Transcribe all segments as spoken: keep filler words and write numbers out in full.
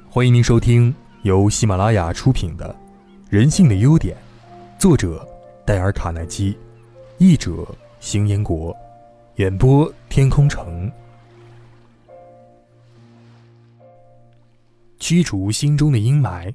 欢迎您收听由喜马拉雅出品的《人性的优点》，作者戴尔·卡耐基，译者邢彦国，演播天空城。驱除心中的阴霾。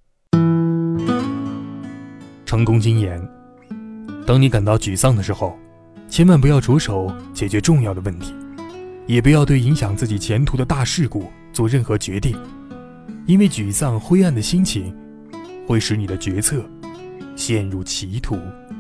成功经验：当你感到沮丧的时候，千万不要着手解决重要的问题，也不要对影响自己前途的大事故做任何决定，因为沮丧灰暗的心情会使你的决策陷入歧途。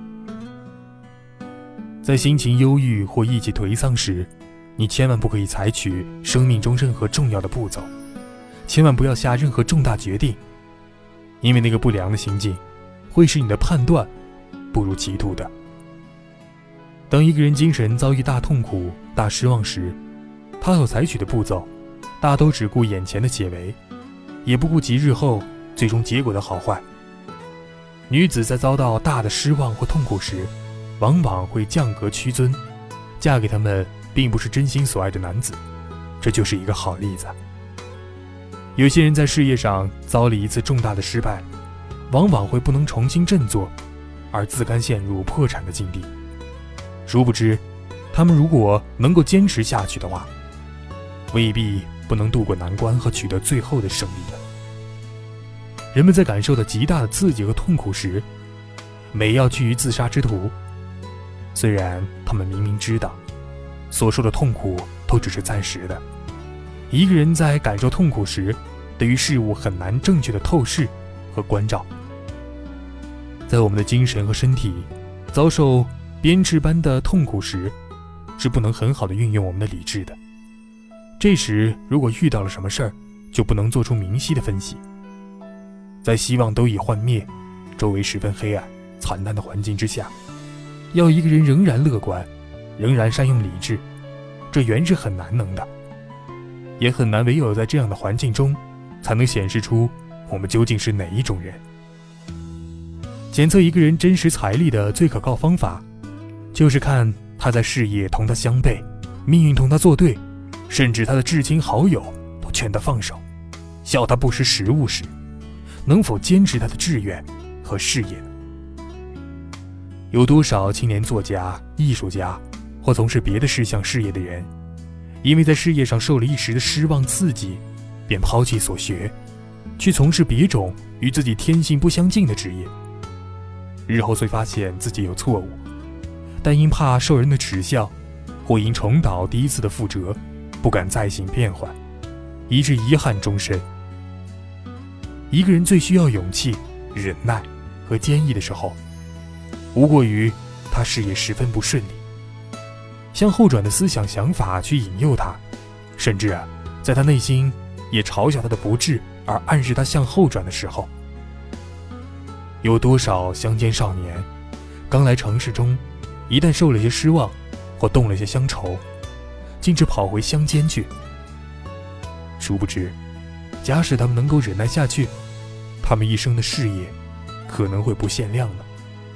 在心情忧郁或意气颓丧时，你千万不可以采取生命中任何重要的步骤，千万不要下任何重大决定，因为那个不良的心境会使你的判断步入歧途的。当一个人精神遭遇大痛苦、大失望时，他所采取的步骤大都只顾眼前的解围，也不顾及日后最终结果的好坏。女子在遭到大的失望或痛苦时，往往会降格屈尊，嫁给他们并不是真心所爱的男子，这就是一个好例子。有些人在事业上遭了一次重大的失败，往往会不能重新振作，而自甘陷入破产的境地。殊不知，他们如果能够坚持下去的话，未必不能度过难关和取得最后的胜利的。人们在感受到极大的刺激和痛苦时，每要趋于自杀之途。虽然他们明明知道，所受的痛苦都只是暂时的。一个人在感受痛苦时，对于事物很难正确的透视和关照。在我们的精神和身体遭受鞭笞般的痛苦时，是不能很好的运用我们的理智的。这时如果遇到了什么事儿，就不能做出明晰的分析。在希望都已幻灭，周围十分黑暗惨淡的环境之下，要一个人仍然乐观，仍然善用理智，这原是很难能的，也很难唯有在这样的环境中才能显示出我们究竟是哪一种人。检测一个人真实财力的最可靠方法，就是看他在事业同他相悖，命运同他作对，甚至他的至亲好友都劝他放手，笑他不识时务时，能否坚持他的志愿和事业。有多少青年作家、艺术家或从事别的事项事业的人，因为在事业上受了一时的失望刺激，便抛弃所学，去从事别种与自己天性不相近的职业。日后虽发现自己有错误，但因怕受人的耻笑，或因重蹈第一次的覆辙，不敢再行变换，以致遗憾终身。一个人最需要勇气、忍耐和坚毅的时候，无过于他事业十分不顺利，向后转的思想想法去引诱他，甚至啊，在他内心也嘲笑他的不智，而暗示他向后转的时候。有多少乡间少年刚来城市中，一旦受了些失望或动了些乡愁，径直跑回乡间去。殊不知，假使他们能够忍耐下去，他们一生的事业可能会不限量呢。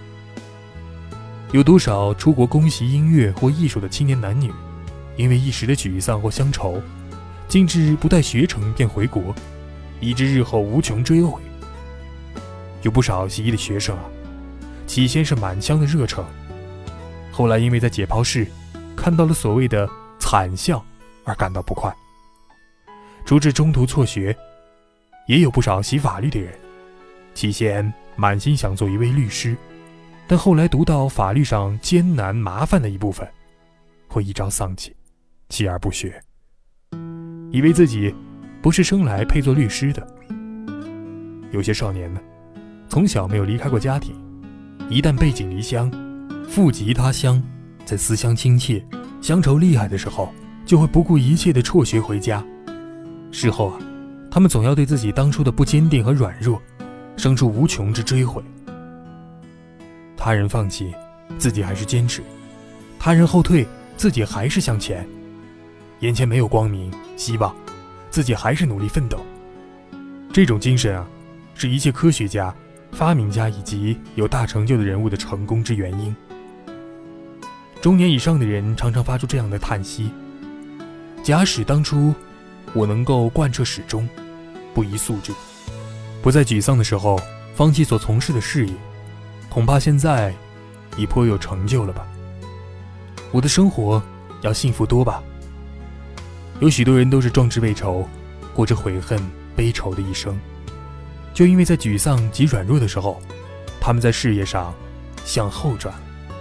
有多少出国攻习音乐或艺术的青年男女，因为一时的沮丧或乡愁，竟至不待学成便回国，以致日后无穷追悔。有不少习艺的学生啊，起先是满腔的热诚，后来因为在解剖室看到了所谓的惨象而感到不快，直至中途辍学。也有不少习法律的人，起先满心想做一位律师，但后来读到法律上艰难麻烦的一部分，会一朝丧气，弃而不学，以为自己不是生来配做律师的。有些少年呢，从小没有离开过家庭，一旦背井离乡，富极他乡，在思乡亲切、乡愁厉害的时候，就会不顾一切地辍学回家。事后啊，他们总要对自己当初的不坚定和软弱生出无穷之追悔。他人放弃，自己还是坚持；他人后退，自己还是向前。眼前没有光明希望，自己还是努力奋斗。这种精神啊，是一切科学家、发明家以及有大成就的人物的成功之原因。中年以上的人常常发出这样的叹息：假使当初我能够贯彻始终， 不宜素质。不在沮丧的时候放弃所从事的事业，恐怕现在已颇有成就了吧。我的生活要幸福多吧。有许多人都是壮志未酬，过着悔恨悲愁的一生，就因为在沮丧及软弱的时候，他们在事业上向后转。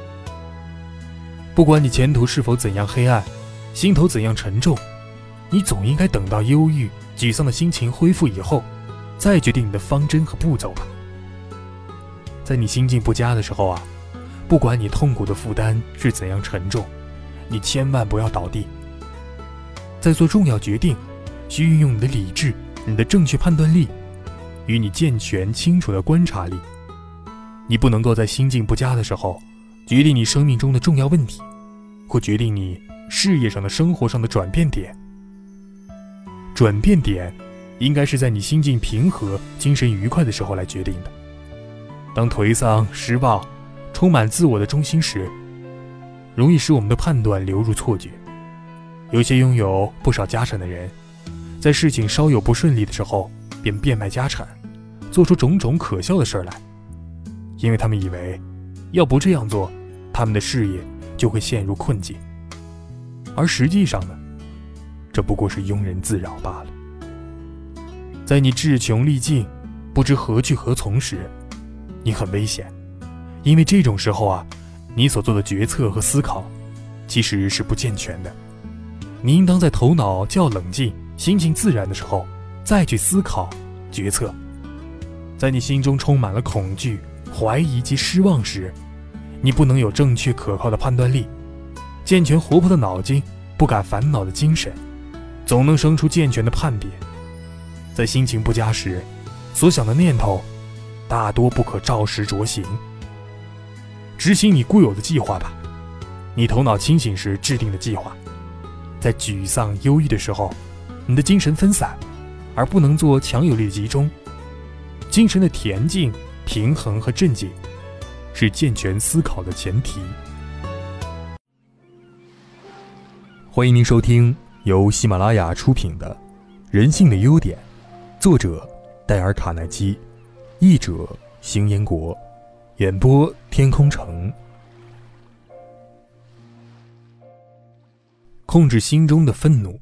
不管你前途是否怎样黑暗，心头怎样沉重，你总应该等到忧郁沮丧的心情恢复以后，再决定你的方针和步骤吧。在你心境不佳的时候啊，不管你痛苦的负担是怎样沉重，你千万不要倒地。在做重要决定，需运用你的理智、你的正确判断力与你健全清楚的观察力。你不能够在心境不佳的时候决定你生命中的重要问题，或决定你事业上的生活上的转变点。转变点应该是在你心境平和、精神愉快的时候来决定的。当颓丧、失望、充满自我的中心时，容易使我们的判断流入错觉。有些拥有不少家产的人，在事情稍有不顺利的时候便变卖家产，做出种种可笑的事来，因为他们以为要不这样做，他们的事业就会陷入困境。而实际上呢，这不过是庸人自扰罢了。在你志穷力尽、不知何去何从时，你很危险，因为这种时候啊，你所做的决策和思考其实是不健全的。你应当在头脑较冷静、心情自然的时候再去思考决策。在你心中充满了恐惧、怀疑及失望时，你不能有正确可靠的判断力，健全活泼的脑筋，不敢烦恼的精神，总能生出健全的判别。在心情不佳时，所想的念头大多不可照实着行。执行你固有的计划吧，你头脑清醒时制定的计划。在沮丧忧郁的时候，你的精神分散，而不能做强有力的集中。精神的恬静、平衡和镇静是健全思考的前提。欢迎您收听由喜马拉雅出品的《人性的优点》，作者戴尔·卡耐基，译者邢彦国，演播天空城。控制心中的愤怒。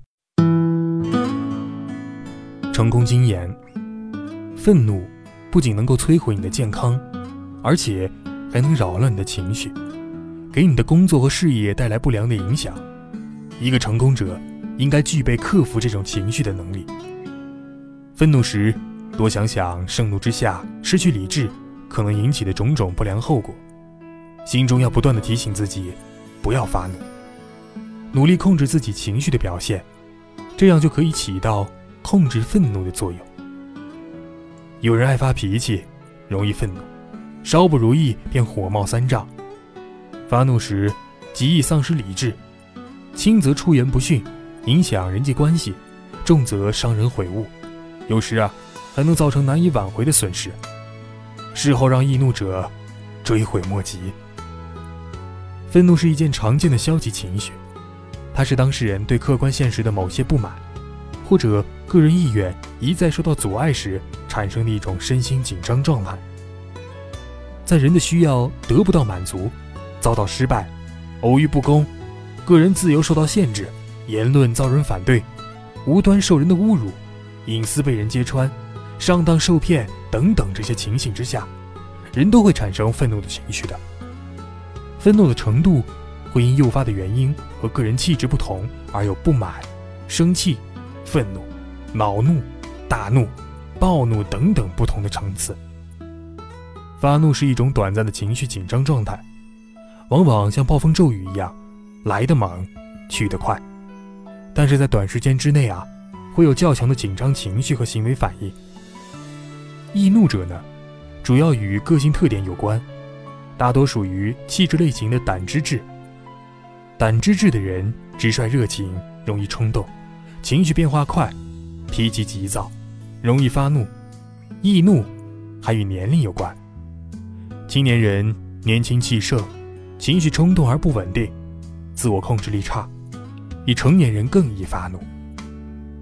成功经验：愤怒不仅能够摧毁你的健康，而且还能扰乱你的情绪，给你的工作和事业带来不良的影响。一个成功者应该具备克服这种情绪的能力。愤怒时，多想想盛怒之下失去理智可能引起的种种不良后果，心中要不断地提醒自己不要发怒，努力控制自己情绪的表现，这样就可以起到控制愤怒的作用。有人爱发脾气，容易愤怒，稍不如意便火冒三丈。发怒时极易丧失理智，轻则出言不逊，影响人际关系，重则伤人毁物，有时啊还能造成难以挽回的损失，事后让易怒者追悔莫及。愤怒是一件常见的消极情绪，它是当事人对客观现实的某些不满，或者个人意愿一再受到阻碍时产生的一种身心紧张状态。在人的需要得不到满足，遭到失败，偶遇不公，个人自由受到限制，言论遭人反对，无端受人的侮辱，隐私被人揭穿，上当受骗等等这些情形之下，人都会产生愤怒的情绪的。愤怒的程度会因诱发的原因和个人气质不同而有不满、生气、愤怒、恼怒、大怒、暴怒等等不同的层次。发怒是一种短暂的情绪紧张状态，往往像暴风骤雨一样，来得猛，去得快，但是在短时间之内啊，会有较强的紧张情绪和行为反应。易怒者呢，主要与个性特点有关，大多属于气质类型的胆汁质。胆汁质的人直率热情，容易冲动，情绪变化快，脾气急躁，容易发怒。易怒还与年龄有关，青年人年轻气盛，情绪冲动而不稳定，自我控制力差，比成年人更易发怒。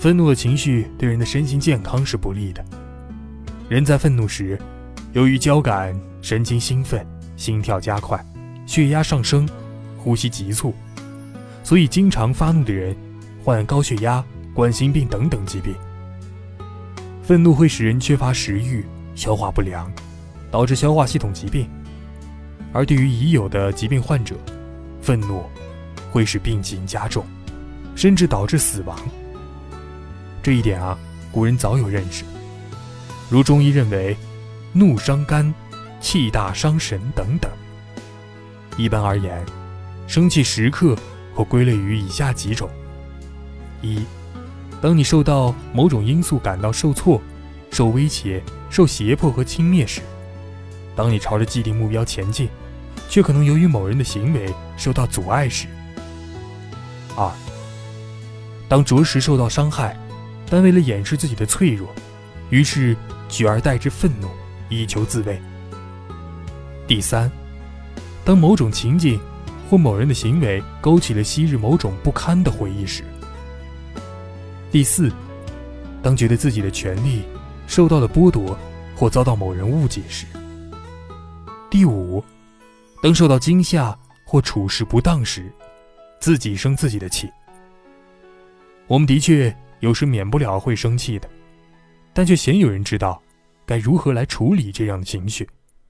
愤怒的情绪对人的身心健康是不利的。人在愤怒时，由于交感神经兴奋，心跳加快，血压上升，呼吸急促，所以经常发怒的人患高血压、冠心病等等疾病。愤怒会使人缺乏食欲，消化不良，导致消化系统疾病。而对于已有的疾病患者，愤怒会使病情加重，甚至导致死亡。这一点啊，古人早有认识。如中医认为，怒伤肝，气大伤神等等。一般而言，生气时刻或归类于以下几种：一、当你受到某种因素感到受挫、受威胁、受胁迫和轻蔑时；当你朝着既定目标前进，却可能由于某人的行为受到阻碍时；二、当着实受到伤害，但为了掩饰自己的脆弱，于是取而代之愤怒，以求自卫；第三，当某种情景或某人的行为勾起了昔日某种不堪的回忆时；第四，当觉得自己的权利受到了剥夺或遭到某人误解时；第五，当受到惊吓或处事不当时，自己生自己的气。我们的确有时免不了会生气的，但却鲜有人知道该如何来处理这样的情绪。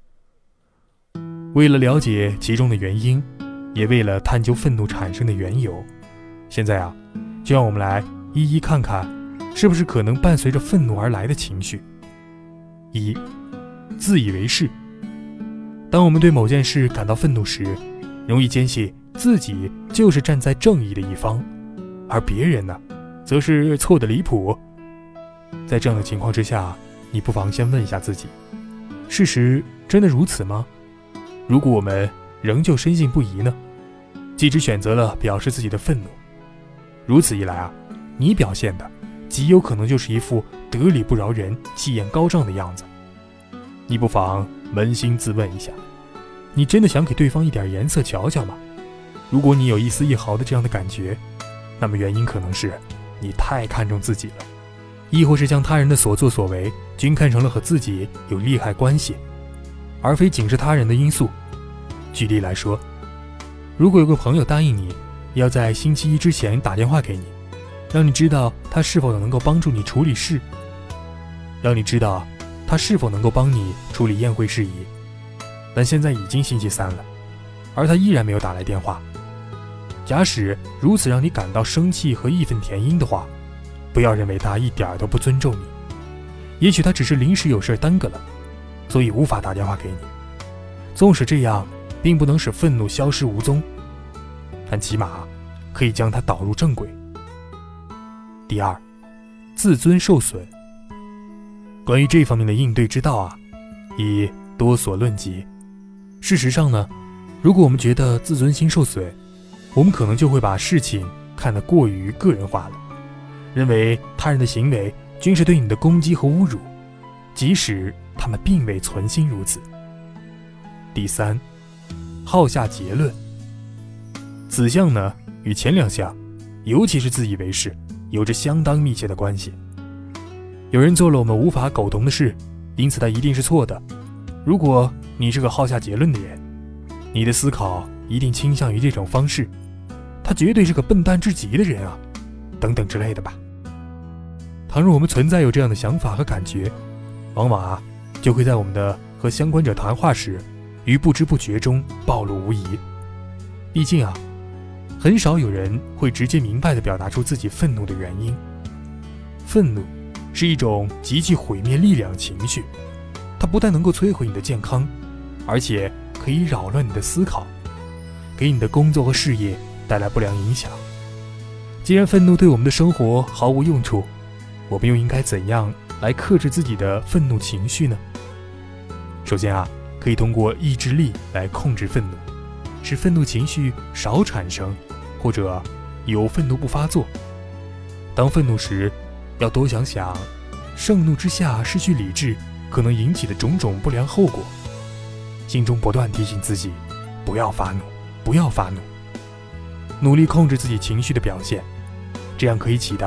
为了了解其中的原因，也为了探究愤怒产生的缘由，现在啊，就让我们来一一看看，是不是可能伴随着愤怒而来的情绪。一、自以为是。当我们对某件事感到愤怒时，容易坚信自己就是站在正义的一方，而别人呢，则是错的离谱。在这样的情况之下，你不妨先问一下自己，事实真的如此吗？如果我们仍旧深信不疑呢，即只选择了表示自己的愤怒，如此一来啊，你表现的极有可能就是一副得理不饶人、气焰高涨的样子。你不妨扪心自问一下，你真的想给对方一点颜色瞧瞧吗？如果你有一丝一毫的这样的感觉，那么原因可能是你太看重自己了，亦或是将他人的所作所为均看成了和自己有利害关系，而非仅是他人的因素。举例来说，如果有个朋友答应你要在星期一之前打电话给你，让你知道他是否能够帮助你处理事，让你知道他是否能够帮你处理宴会事宜，但现在已经星期三了，而他依然没有打来电话。假使如此让你感到生气和义愤填膺的话，不要认为他一点都不尊重你，也许他只是临时有事耽搁了，所以无法打电话给你。纵使这样并不能使愤怒消失无踪，但起码可以将它导入正轨。第二，自尊受损。关于这方面的应对之道啊，已多所论及。事实上呢，如果我们觉得自尊心受损，我们可能就会把事情看得过于个人化了，认为他人的行为均是对你的攻击和侮辱，即使他们并未存心如此。第三，好下结论。此项呢，与前两项，尤其是自以为是，有着相当密切的关系。有人做了我们无法苟同的事，因此他一定是错的。如果你是个好下结论的人，你的思考一定倾向于这种方式，他绝对是个笨蛋至极的人啊，等等之类的吧。倘若我们存在有这样的想法和感觉，往往啊，就会在我们的和相关者谈话时，于不知不觉中暴露无遗。毕竟啊，很少有人会直接明白地表达出自己愤怒的原因。愤怒是一种极具毁灭力量的情绪，它不但能够摧毁你的健康，而且可以扰乱你的思考，给你的工作和事业带来不良影响。既然愤怒对我们的生活毫无用处，我们又应该怎样来克制自己的愤怒情绪呢？首先啊，可以通过意志力来控制愤怒，使愤怒情绪少产生，或者有愤怒不发作。当愤怒时，要多想想盛怒之下失去理智可能引起的种种不良后果，心中不断提醒自己不要发怒，不要发怒，努力控制自己情绪的表现，这样可以起到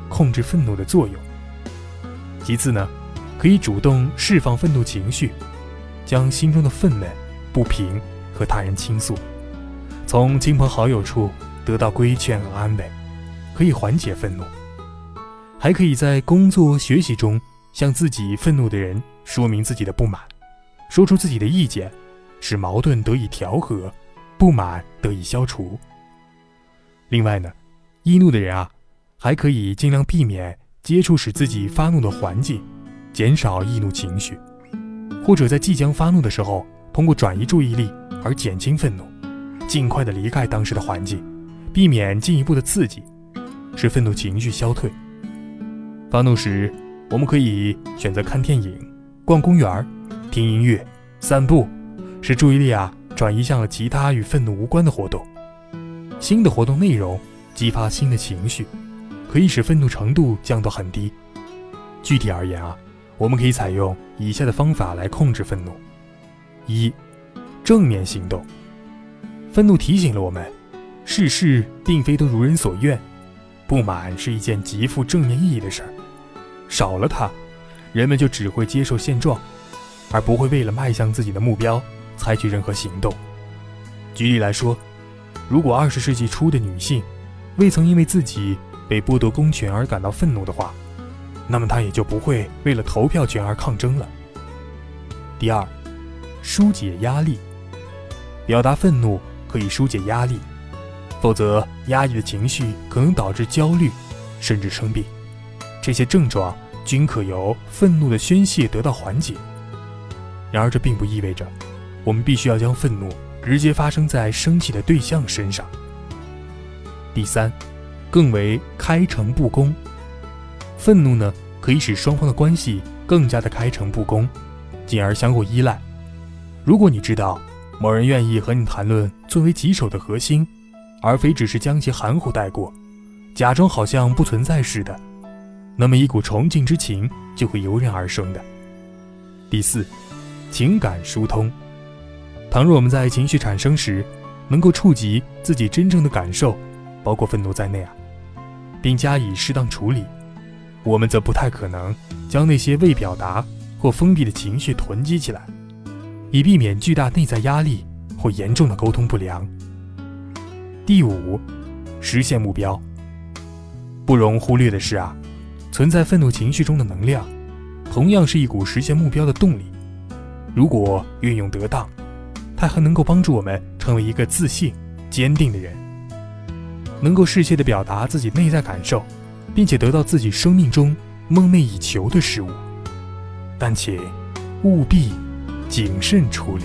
控制愤怒的作用。其次呢，可以主动释放愤怒情绪，将心中的愤懑、不平和他人倾诉，从亲朋好友处得到规劝和安慰，可以缓解愤怒。还可以在工作学习中向自己愤怒的人说明自己的不满，说出自己的意见，使矛盾得以调和，不满得以消除。另外呢，易怒的人啊，还可以尽量避免接触使自己发怒的环境，减少易怒情绪，或者在即将发怒的时候，通过转移注意力而减轻愤怒，尽快的离开当时的环境，避免进一步的刺激，使愤怒情绪消退。发怒时，我们可以选择看电影、逛公园、听音乐、散步，使注意力啊转移向了其他与愤怒无关的活动。新的活动内容激发新的情绪，可以使愤怒程度降到很低。具体而言啊，我们可以采用以下的方法来控制愤怒。一、正面行动。愤怒提醒了我们，世事并非都如人所愿，不满是一件极富正面意义的事儿，少了它，人们就只会接受现状，而不会为了迈向自己的目标采取任何行动。举例来说，如果二十世纪初的女性未曾因为自己被剥夺公权而感到愤怒的话，那么她也就不会为了投票权而抗争了。第二，疏解压力。表达愤怒可以疏解压力，否则压抑的情绪可能导致焦虑，甚至生病。这些症状均可由愤怒的宣泄得到缓解。然而这并不意味着我们必须要将愤怒直接发生在生气的对象身上。第三，更为开诚布公。愤怒呢，可以使双方的关系更加的开诚布公，进而相互依赖。如果你知道某人愿意和你谈论最为棘手的核心，而非只是将其含糊带过，假装好像不存在似的，那么一股崇敬之情就会油然而生的。第四，情感疏通。倘若我们在情绪产生时能够触及自己真正的感受，包括愤怒在内啊，并加以适当处理，我们则不太可能将那些未表达或封闭的情绪囤积起来，以避免巨大内在压力或严重的沟通不良。第五，实现目标。不容忽略的是啊，存在愤怒情绪中的能量，同样是一股实现目标的动力。如果运用得当，它还能够帮助我们成为一个自信、坚定的人，能够适切地表达自己内在感受，并且得到自己生命中梦寐以求的事物。但请务必谨慎处理。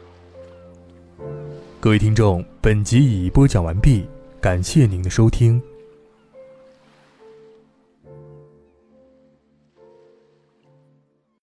各位听众，本集已播讲完毕，感谢您的收听。